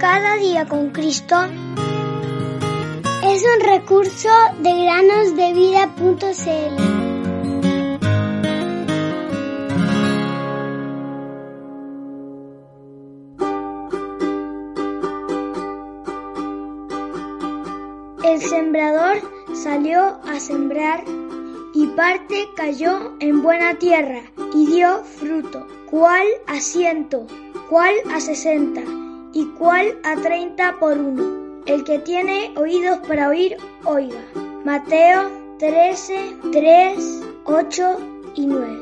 Cada día con Cristo es un recurso de granosdevida.cl. El sembrador salió a sembrar, y parte cayó en buena tierra, y dio fruto, cuál a 100, cuál a 60, y cuál a 30 por uno. El que tiene oídos para oír, oiga. Mateo 13, 3, 8 y 9.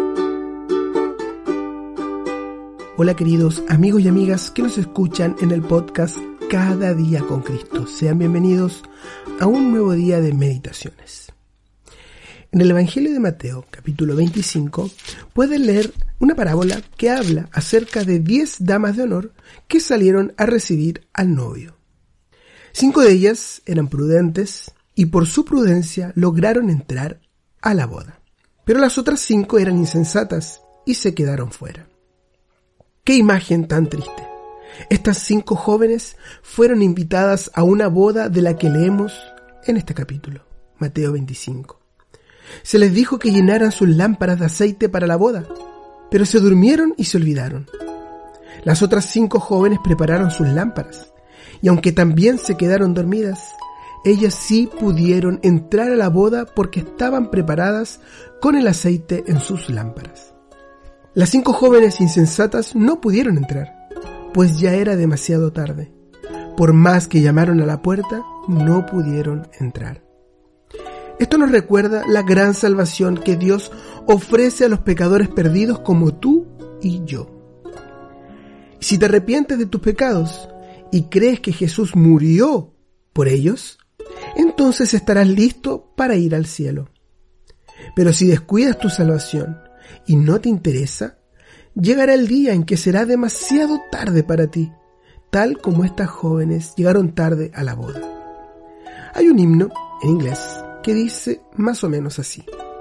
Hola queridos amigos y amigas que nos escuchan en el podcast Cada día con Cristo. Sean bienvenidos a un nuevo día de meditaciones. En el Evangelio de Mateo, capítulo 25, pueden leer una parábola que habla acerca de 10 damas de honor que salieron a recibir al novio. 5 de ellas eran prudentes y por su prudencia lograron entrar a la boda. Pero las otras 5 eran insensatas y se quedaron fuera. ¡Qué imagen tan triste! Estas 5 jóvenes fueron invitadas a una boda de la que leemos en este capítulo, Mateo 25. Se les dijo que llenaran sus lámparas de aceite para la boda, pero se durmieron y se olvidaron. Las otras 5 jóvenes prepararon sus lámparas, y aunque también se quedaron dormidas, ellas sí pudieron entrar a la boda porque estaban preparadas con el aceite en sus lámparas. Las 5 jóvenes insensatas no pudieron entrar, pues ya era demasiado tarde. Por más que llamaron a la puerta, no pudieron entrar. Esto nos recuerda la gran salvación que Dios ofrece a los pecadores perdidos como tú y yo. Si te arrepientes de tus pecados y crees que Jesús murió por ellos, entonces estarás listo para ir al cielo. Pero si descuidas tu salvación y no te interesa, llegará el día en que será demasiado tarde para ti, tal como estas jóvenes llegaron tarde a la boda. Hay un himno en inglés que dice más o menos así: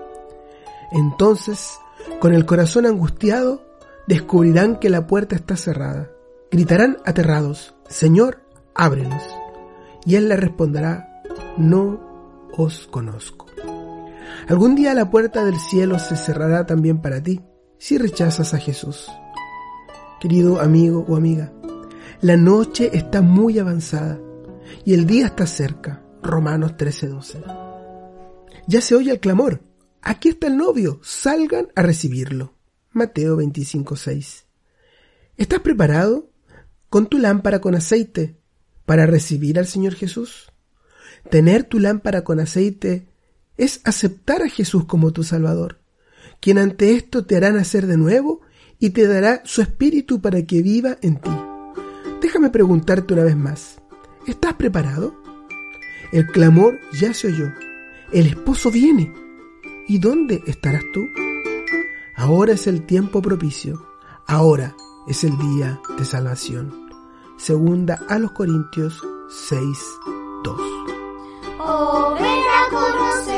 entonces, con el corazón angustiado, descubrirán que la puerta está cerrada. Gritarán aterrados: Señor, ábrenos. Y Él les responderá: no os conozco. Algún día la puerta del cielo se cerrará también para ti, si rechazas a Jesús. Querido amigo o amiga, la noche está muy avanzada y el día está cerca. Romanos 13:12. Ya se oye el clamor: aquí está el novio, salgan a recibirlo. Mateo 25:6. ¿Estás preparado con tu lámpara con aceite para recibir al Señor Jesús? Tener tu lámpara con aceite es aceptar a Jesús como tu Salvador, quien ante esto te hará nacer de nuevo y te dará su Espíritu para que viva en ti. Déjame preguntarte una vez más: ¿estás preparado? El clamor ya se oyó. El esposo viene. ¿Y dónde estarás tú? Ahora es el tiempo propicio. Ahora es el día de salvación. Segunda a los Corintios 6:2. Oh, ven a conocer